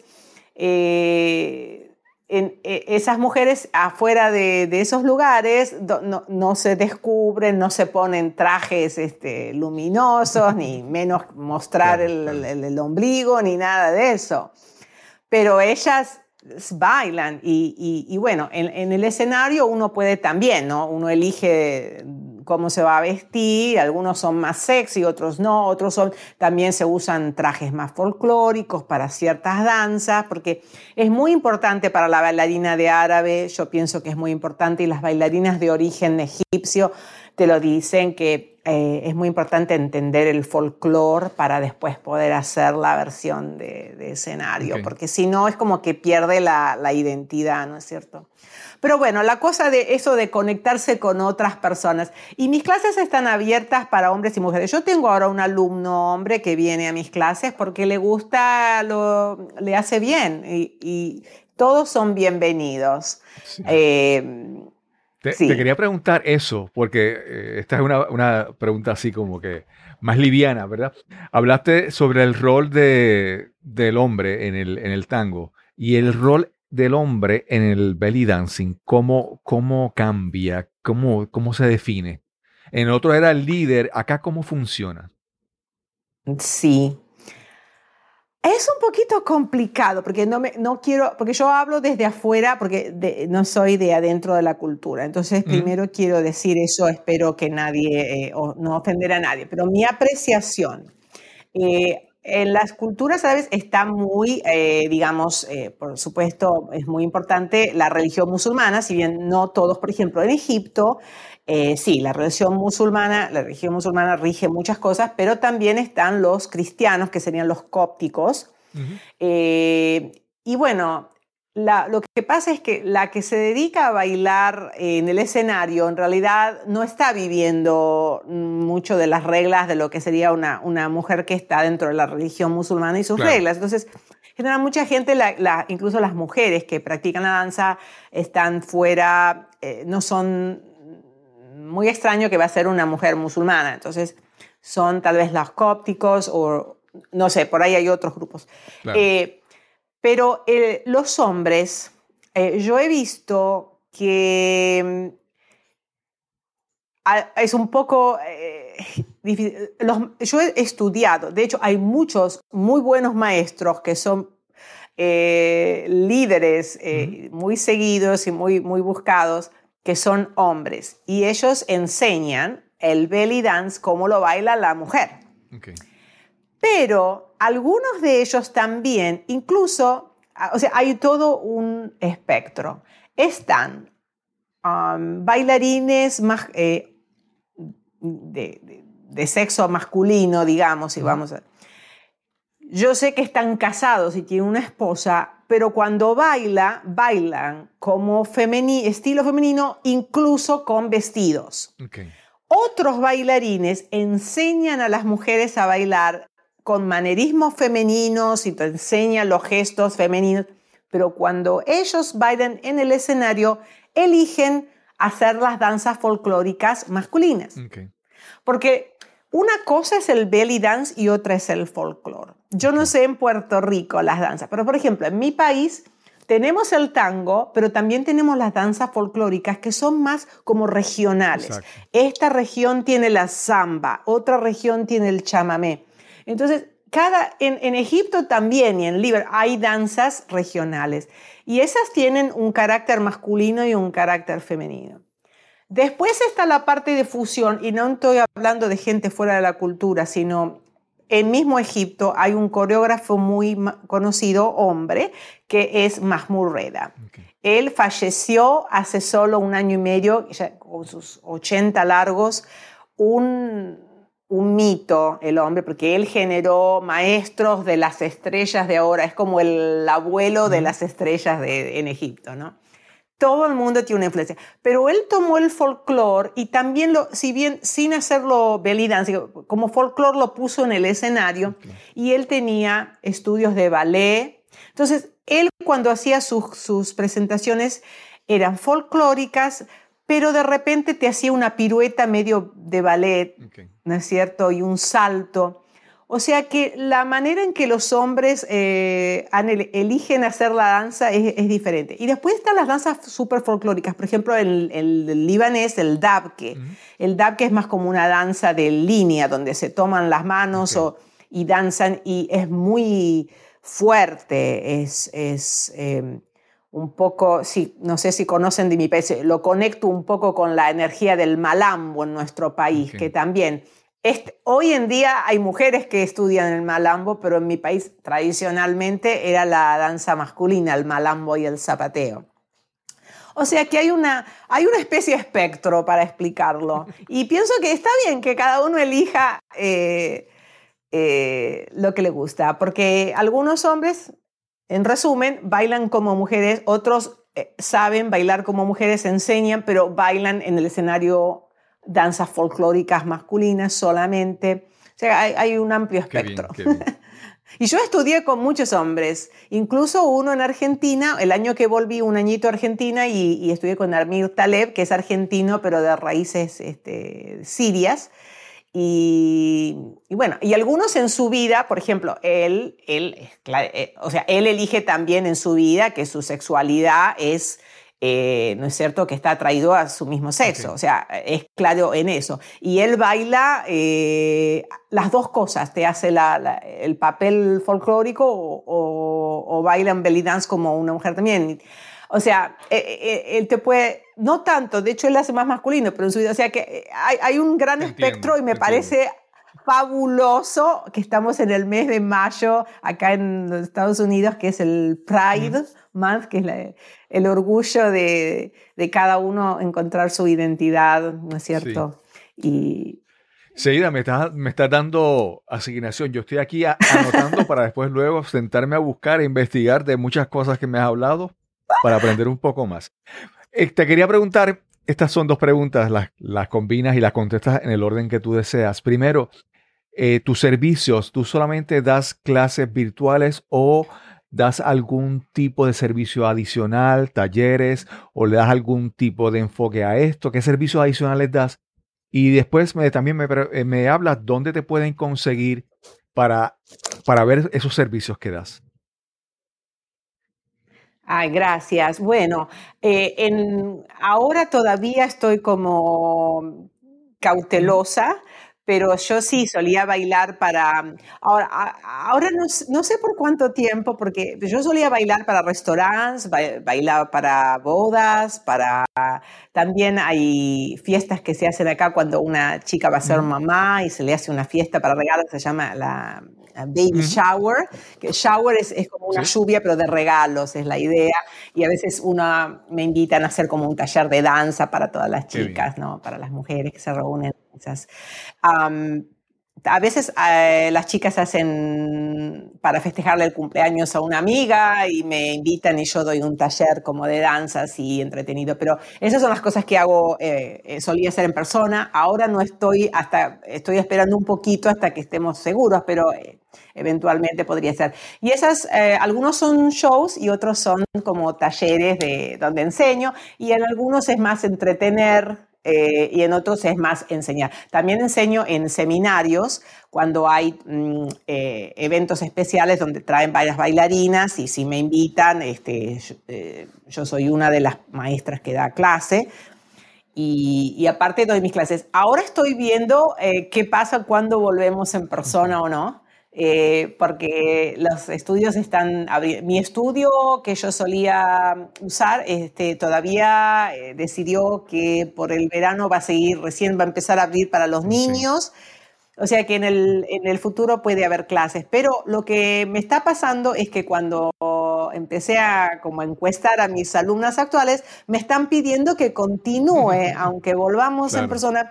esas mujeres afuera de esos lugares no se descubren, no se ponen trajes luminosos, ni menos mostrar el ombligo, ni nada de eso. Pero ellas bailan y bueno, en el escenario uno puede también, ¿no? Uno elige cómo se va a vestir, algunos son más sexy, otros no, también se usan trajes más folclóricos para ciertas danzas, porque es muy importante para la bailarina de árabe, yo pienso que es muy importante, y las bailarinas de origen egipcio te lo dicen, que es muy importante entender el folclore para después poder hacer la versión de escenario, porque si no es como que pierde la identidad, ¿no es cierto? Pero bueno, la cosa de eso de conectarse con otras personas. Y mis clases están abiertas para hombres y mujeres. Yo tengo ahora un alumno hombre que viene a mis clases porque le gusta, le hace bien, y todos son bienvenidos. Sí. Sí. Te quería preguntar eso, porque esta es una pregunta así como que más liviana, ¿verdad? Hablaste sobre el rol del hombre en el tango y el rol del hombre en el belly dancing. ¿Cómo cambia? ¿Cómo se define? En el otro era el líder. ¿Acá cómo funciona? Sí. Es un poquito complicado porque no quiero, porque yo hablo desde afuera, porque no soy de adentro de la cultura. Entonces, primero quiero decir eso, espero que nadie, no ofender a nadie, pero mi apreciación en las culturas árabes está muy, digamos, por supuesto, es muy importante la religión musulmana, si bien no todos, por ejemplo, en Egipto, sí, la religión musulmana rige muchas cosas, pero también están los cristianos, que serían los cópticos. Y bueno, lo que pasa es que la que se dedica a bailar en el escenario en realidad no está viviendo mucho de las reglas de lo que sería una mujer que está dentro de la religión musulmana y sus reglas. Entonces, generalmente mucha gente, incluso las mujeres que practican la danza, están fuera, no son muy extraño que va a ser una mujer musulmana. Entonces, son tal vez los cópticos o no sé, por ahí hay otros grupos. Claro. Pero los hombres, yo he visto que es un poco difícil. Yo he estudiado, de hecho hay muchos muy buenos maestros que son líderes muy seguidos y muy buscados, que son hombres, y ellos enseñan el belly dance, cómo lo baila la mujer. Okay. Pero algunos de ellos también, incluso, o sea, hay todo un espectro. Están bailarines más de sexo masculino, digamos, y vamos a... Yo sé que están casados y tienen una esposa, pero cuando bailan como estilo femenino, incluso con vestidos. Okay. Otros bailarines enseñan a las mujeres a bailar con manerismos femeninos y te enseñan los gestos femeninos, pero cuando ellos bailan en el escenario, eligen hacer las danzas folclóricas masculinas. Okay. Porque una cosa es el belly dance y otra es el folclore. Yo no sé en Puerto Rico las danzas, pero por ejemplo, en mi país tenemos el tango, pero también tenemos las danzas folclóricas que son más como regionales. Exacto. Esta región tiene la samba, otra región tiene el chamamé. Entonces, en Egipto también y en Líbano hay danzas regionales y esas tienen un carácter masculino y un carácter femenino. Después está la parte de fusión, y no estoy hablando de gente fuera de la cultura, sino en mismo Egipto hay un coreógrafo muy conocido, hombre, que es Mahmoud Reda. Okay. Él falleció hace solo 1 año y medio, ya con sus 80 largos, un un mito el hombre, porque él generó maestros de las estrellas de ahora, es como el abuelo de las estrellas en Egipto, ¿no? Todo el mundo tiene una influencia, pero él tomó el folclore y también, si bien sin hacerlo belly dance, como folclore lo puso en el escenario, y él tenía estudios de ballet. Entonces, él cuando hacía sus presentaciones eran folclóricas, pero de repente te hacía una pirueta medio de ballet, ¿no es cierto? Y un salto. O sea que la manera en que los hombres eligen hacer la danza es diferente. Y después están las danzas súper folclóricas. Por ejemplo, el libanés, el dabke. El dabke es más como una danza de línea, donde se toman las manos y danzan, y es muy fuerte. Es un poco, sí, no sé si conocen de mi país, lo conecto un poco con la energía del malambo en nuestro país, que también... hoy en día hay mujeres que estudian el malambo, pero en mi país tradicionalmente era la danza masculina, el malambo y el zapateo. O sea que hay una especie de espectro para explicarlo. Y pienso que está bien que cada uno elija lo que le gusta, porque algunos hombres, en resumen, bailan como mujeres, otros saben bailar como mujeres, enseñan, pero bailan en el escenario danzas folclóricas masculinas solamente. O sea, hay un amplio espectro. Qué bien. Y yo estudié con muchos hombres, incluso uno en Argentina, el año que volví, un añito a Argentina, y estudié con Amir Taleb, que es argentino, pero de raíces sirias. Y bueno, y algunos en su vida, por ejemplo, él elige también en su vida que su sexualidad es, ¿no es cierto?, que está atraído a su mismo sexo. O sea, es claro en eso. Y él baila las dos cosas, te hace el papel folclórico o baila en belly dance como una mujer también. O sea, él te puede, no tanto, de hecho él hace más masculino, pero en su vida, o sea que hay un gran espectro, y me parece fabuloso que estamos en el mes de mayo acá en los Estados Unidos, que es el Pride Month, que es el orgullo de cada uno encontrar su identidad, ¿no es cierto? Sí. Seida, me estás dando asignación. Yo estoy aquí anotando para después luego sentarme a buscar e investigar de muchas cosas que me has hablado para aprender un poco más. Te quería preguntar, estas son dos preguntas, las combinas y las contestas en el orden que tú deseas. Primero, tus servicios, ¿tú solamente das clases virtuales o das algún tipo de servicio adicional, talleres, o le das algún tipo de enfoque a esto? ¿Qué servicios adicionales das? Y después también me hablas dónde te pueden conseguir para ver esos servicios que das. Ay, gracias. Bueno, ahora todavía estoy como cautelosa, pero yo sí solía bailar ahora no sé por cuánto tiempo, porque yo solía bailar para restaurantes, bailaba para bodas, también hay fiestas que se hacen acá cuando una chica va a ser mamá y se le hace una fiesta para regalos, se llama la baby shower, que shower es como una lluvia, pero de regalos, es la idea. Y a veces me invitan a hacer como un taller de danza para todas las chicas, ¿no? Para las mujeres que se reúnen. A veces las chicas hacen para festejarle el cumpleaños a una amiga y me invitan y yo doy un taller como de danza así entretenido, pero esas son las cosas que hago, solía hacer en persona. Ahora no estoy estoy esperando un poquito hasta que estemos seguros, pero eventualmente podría ser. Y algunos son shows y otros son como talleres donde enseño, y en algunos es más entretener, y en otros es más enseñar. También enseño en seminarios cuando hay eventos especiales donde traen varias bailarinas, y si me invitan, yo soy una de las maestras que da clase, y aparte doy mis clases. Ahora estoy viendo qué pasa cuando volvemos en persona o no. Porque los estudios están abriendo. Mi estudio que yo solía usar todavía decidió que por el verano recién va a empezar a abrir para los niños. O sea que en el futuro puede haber clases. Pero lo que me está pasando es que cuando empecé a encuestar a mis alumnas actuales, me están pidiendo que continúe, aunque volvamos en persona.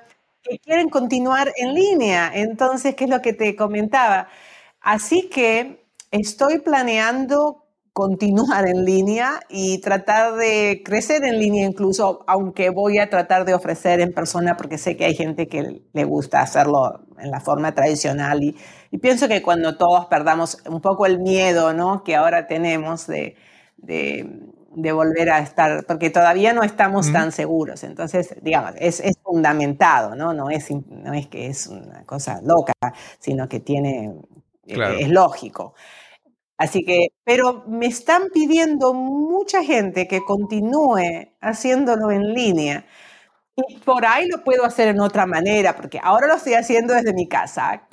que quieren continuar en línea. Entonces, ¿qué es lo que te comentaba? Así que estoy planeando continuar en línea y tratar de crecer en línea incluso, aunque voy a tratar de ofrecer en persona porque sé que hay gente que le gusta hacerlo en la forma tradicional y pienso que cuando todos perdamos un poco el miedo, ¿no?, que ahora tenemos de volver a estar, porque todavía no estamos tan seguros, entonces, digamos, es fundamentado, ¿no? No es que es una cosa loca, sino que Claro. es lógico. Así que, pero me están pidiendo mucha gente que continúe haciéndolo en línea. Y por ahí lo puedo hacer en otra manera, porque ahora lo estoy haciendo desde mi casa,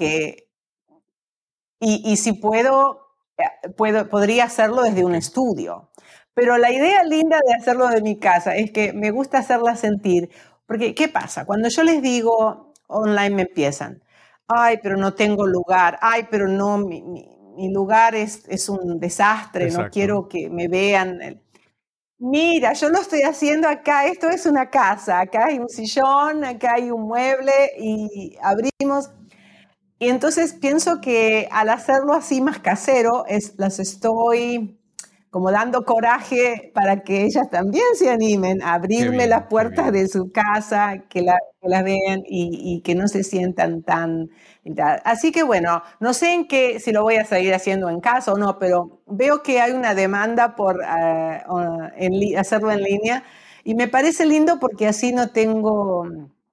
y si podría hacerlo desde un estudio. Pero la idea linda de hacerlo de mi casa es que me gusta hacerla sentir, porque ¿qué pasa? Cuando yo les digo online me empiezan, ay, pero no tengo lugar, ay, pero no, mi lugar es un desastre, no quiero que me vean. Mira, yo lo estoy haciendo acá, esto es una casa, acá hay un sillón, acá hay un mueble y abrimos. Y entonces pienso que al hacerlo así más casero, las estoy como dando coraje para que ellas también se animen a abrirme las puertas de su casa, que las vean y que no se sientan tan... Así que bueno, no sé si lo voy a seguir haciendo en casa o no, pero veo que hay una demanda por hacerlo en línea y me parece lindo porque así no tengo...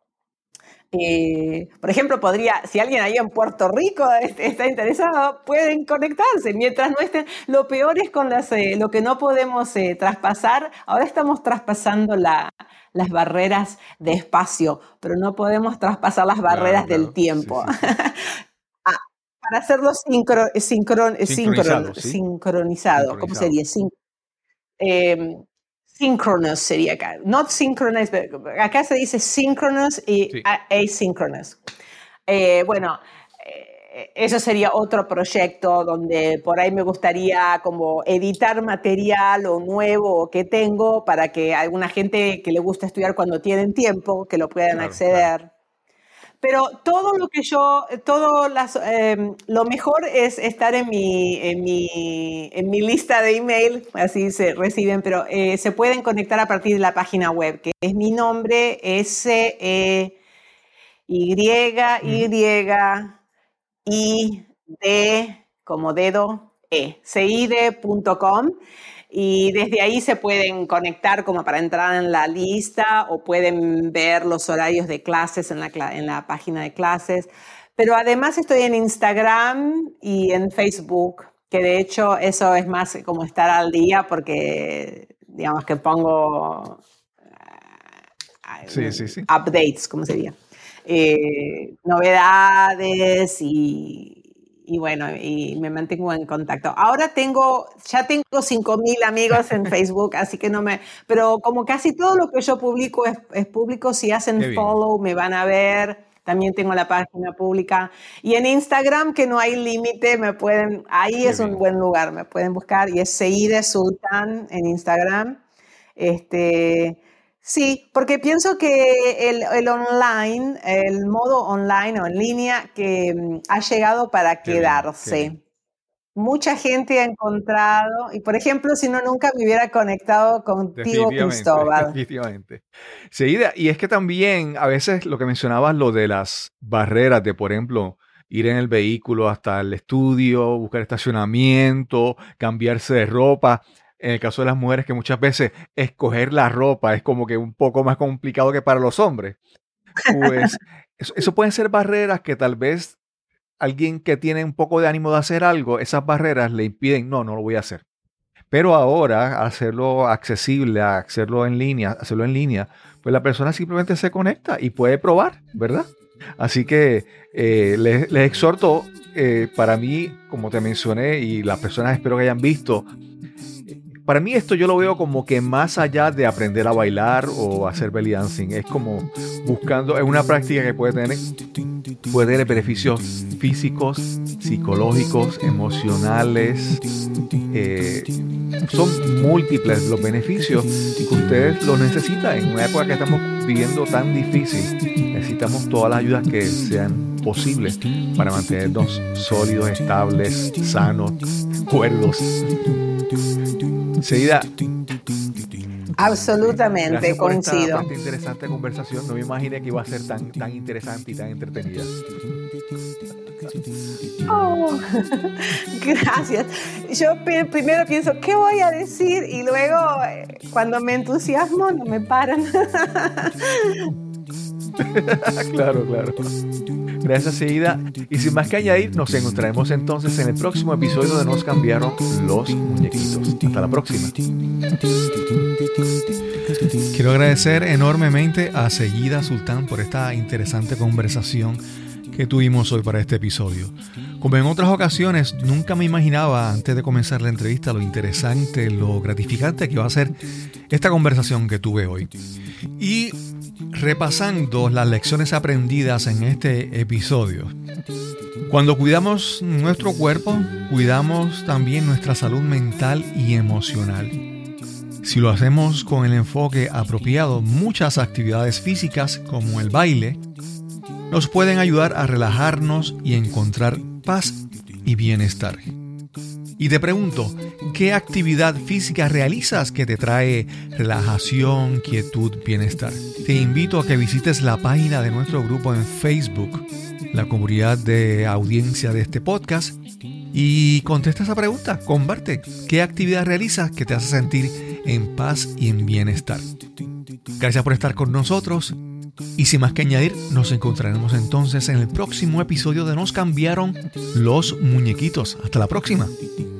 por ejemplo, si alguien ahí en Puerto Rico está interesado, pueden conectarse mientras no estén. Lo peor es con lo que no podemos traspasar. Ahora estamos traspasando las barreras de espacio, pero no podemos traspasar las barreras del tiempo. Sí. Para hacerlo sincronizado. ¿Cómo sería? Synchronous sería acá. Not synchronous, acá se dice synchronous y asynchronous. Bueno, eso sería otro proyecto donde por ahí me gustaría como editar material o nuevo que tengo para que alguna gente que le gusta estudiar cuando tienen tiempo, que lo puedan acceder. Claro. Pero todo lo que lo mejor es estar en mi lista de email, así se reciben, pero se pueden conectar a partir de la página web, que es mi nombre, SEYYID, como dedo, seide.com. Y desde ahí se pueden conectar como para entrar en la lista o pueden ver los horarios de clases en la página de clases. Pero además estoy en Instagram y en Facebook, que de hecho eso es más como estar al día porque digamos que pongo updates, ¿cómo sería? Novedades y bueno, y me mantengo en contacto. Ahora ya tengo 5,000 amigos en Facebook, así que pero como casi todo lo que yo publico es público, si hacen follow me van a ver. También tengo la página pública. Y en Instagram, que no hay límite, ahí es un buen lugar, me pueden buscar. Y es Seide Sultan en Instagram. Sí, porque pienso que el online, el modo online o en línea, que ha llegado para quedarse. Mucha gente ha encontrado, y por ejemplo, si no, nunca me hubiera conectado contigo, Cristóbal. Definitivamente. Sí, y es que también a veces lo que mencionabas, lo de las barreras de, por ejemplo, ir en el vehículo hasta el estudio, buscar estacionamiento, cambiarse de ropa. En el caso de las mujeres, que muchas veces escoger la ropa es como que un poco más complicado que para los hombres. Pues eso pueden ser barreras que tal vez alguien que tiene un poco de ánimo de hacer algo, esas barreras le impiden, no lo voy a hacer. Pero ahora, hacerlo accesible, hacerlo en línea, pues la persona simplemente se conecta y puede probar, ¿verdad? Así que les exhorto, para mí, como te mencioné, y las personas espero que hayan visto, para mí esto yo lo veo como que más allá de aprender a bailar o hacer belly dancing, es como es una práctica que puede tener beneficios físicos, psicológicos, emocionales. Son múltiples los beneficios que ustedes los necesitan en una época que estamos viviendo tan difícil. Necesitamos todas las ayudas que sean posibles para mantenernos sólidos, estables, sanos, cuerdos. Seida, absolutamente coincido. Por esta interesante conversación. No me imaginé que iba a ser tan interesante y tan entretenida. Oh, gracias. Yo primero pienso, ¿qué voy a decir? Y luego, cuando me entusiasmo, no me paran. Claro. Gracias, Seida. Y sin más que añadir, nos encontraremos entonces en el próximo episodio de Nos Cambiaron los Muñequitos. Hasta la próxima. Quiero agradecer enormemente a Seida Sultán por esta interesante conversación que tuvimos hoy para este episodio. Como en otras ocasiones, nunca me imaginaba antes de comenzar la entrevista lo interesante, lo gratificante que va a ser esta conversación que tuve hoy. Y repasando las lecciones aprendidas en este episodio, cuando cuidamos nuestro cuerpo, cuidamos también nuestra salud mental y emocional. Si lo hacemos con el enfoque apropiado, muchas actividades físicas como el baile nos pueden ayudar a relajarnos y encontrar paz y bienestar. Y te pregunto, ¿qué actividad física realizas que te trae relajación, quietud, bienestar? Te invito a que visites la página de nuestro grupo en Facebook, la comunidad de audiencia de este podcast, y contesta esa pregunta. Comparte qué actividad realizas que te hace sentir en paz y en bienestar. Gracias por estar con nosotros. Y sin más que añadir, nos encontraremos entonces en el próximo episodio de Nos Cambiaron los Muñequitos. Hasta la próxima.